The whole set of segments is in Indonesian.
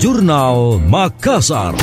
Jurnal Makassar.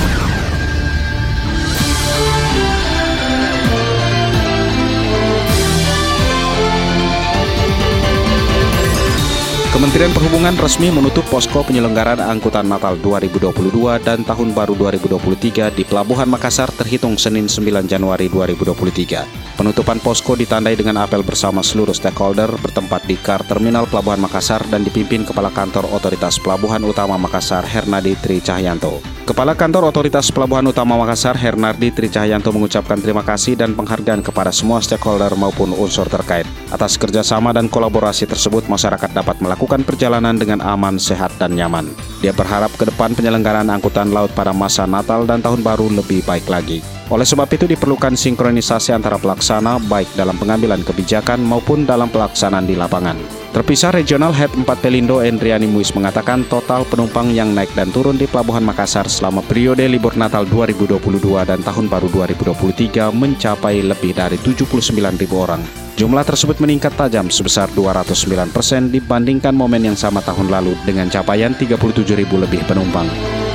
Kementerian Perhubungan resmi menutup posko penyelenggaraan angkutan Natal 2022 dan Tahun Baru 2023 di Pelabuhan Makassar terhitung Senin 9 Januari 2023. Penutupan posko ditandai dengan apel bersama seluruh stakeholder bertempat di KAR Terminal Pelabuhan Makassar dan dipimpin Kepala Kantor Otoritas Pelabuhan Utama Makassar Hernadi Tri Cahyanto. Kepala Kantor Otoritas Pelabuhan Utama Makassar Hernadi Tri Cahyanto mengucapkan terima kasih dan penghargaan kepada semua stakeholder maupun unsur terkait. Atas kerjasama dan kolaborasi tersebut, masyarakat dapat melakukan perjalanan dengan aman, sehat, dan nyaman. Dia berharap ke depan penyelenggaraan angkutan laut pada masa Natal dan Tahun Baru lebih baik lagi. Oleh sebab itu diperlukan sinkronisasi antara pelaksana baik dalam pengambilan kebijakan maupun dalam pelaksanaan di lapangan. Terpisah Regional Head 4 Pelindo Endriani Muiz mengatakan total penumpang yang naik dan turun di Pelabuhan Makassar selama periode libur Natal 2022 dan Tahun Baru 2023 mencapai lebih dari 79.000 orang. Jumlah tersebut meningkat tajam sebesar 209% dibandingkan momen yang sama tahun lalu dengan capaian 37.000 lebih penumpang.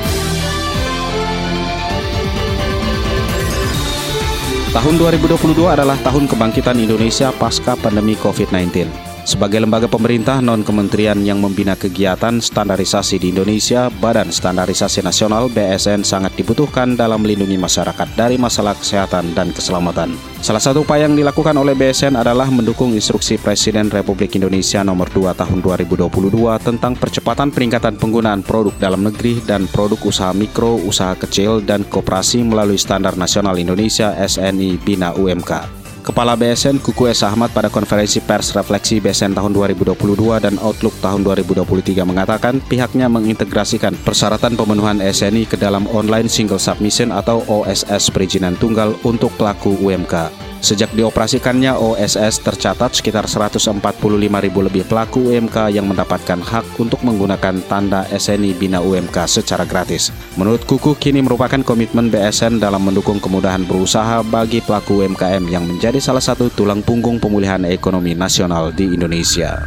Tahun 2022 adalah tahun kebangkitan Indonesia pasca pandemi COVID-19. Sebagai lembaga pemerintah non-kementerian yang membina kegiatan standarisasi di Indonesia, Badan Standarisasi Nasional BSN sangat dibutuhkan dalam melindungi masyarakat dari masalah kesehatan dan keselamatan. Salah satu upaya yang dilakukan oleh BSN adalah mendukung instruksi Presiden Republik Indonesia nomor 2 tahun 2022 tentang percepatan peningkatan penggunaan produk dalam negeri dan produk usaha mikro, usaha kecil, dan koperasi melalui Standar Nasional Indonesia SNI Bina UMK. Kepala BSN Kuku S. Ahmad pada konferensi pers refleksi BSN tahun 2022 dan Outlook tahun 2023 mengatakan pihaknya mengintegrasikan persyaratan pemenuhan SNI ke dalam Online Single Submission atau OSS perizinan tunggal untuk pelaku UMK. Sejak dioperasikannya OSS tercatat sekitar 145.000 lebih pelaku UMK yang mendapatkan hak untuk menggunakan tanda SNI Bina UMK secara gratis. Menurut Kuku, kini merupakan komitmen BSN dalam mendukung kemudahan berusaha bagi pelaku UMKM yang menjadi salah satu tulang punggung pemulihan ekonomi nasional di Indonesia.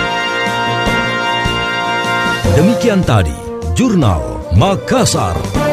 Demikian tadi Jurnal Makassar.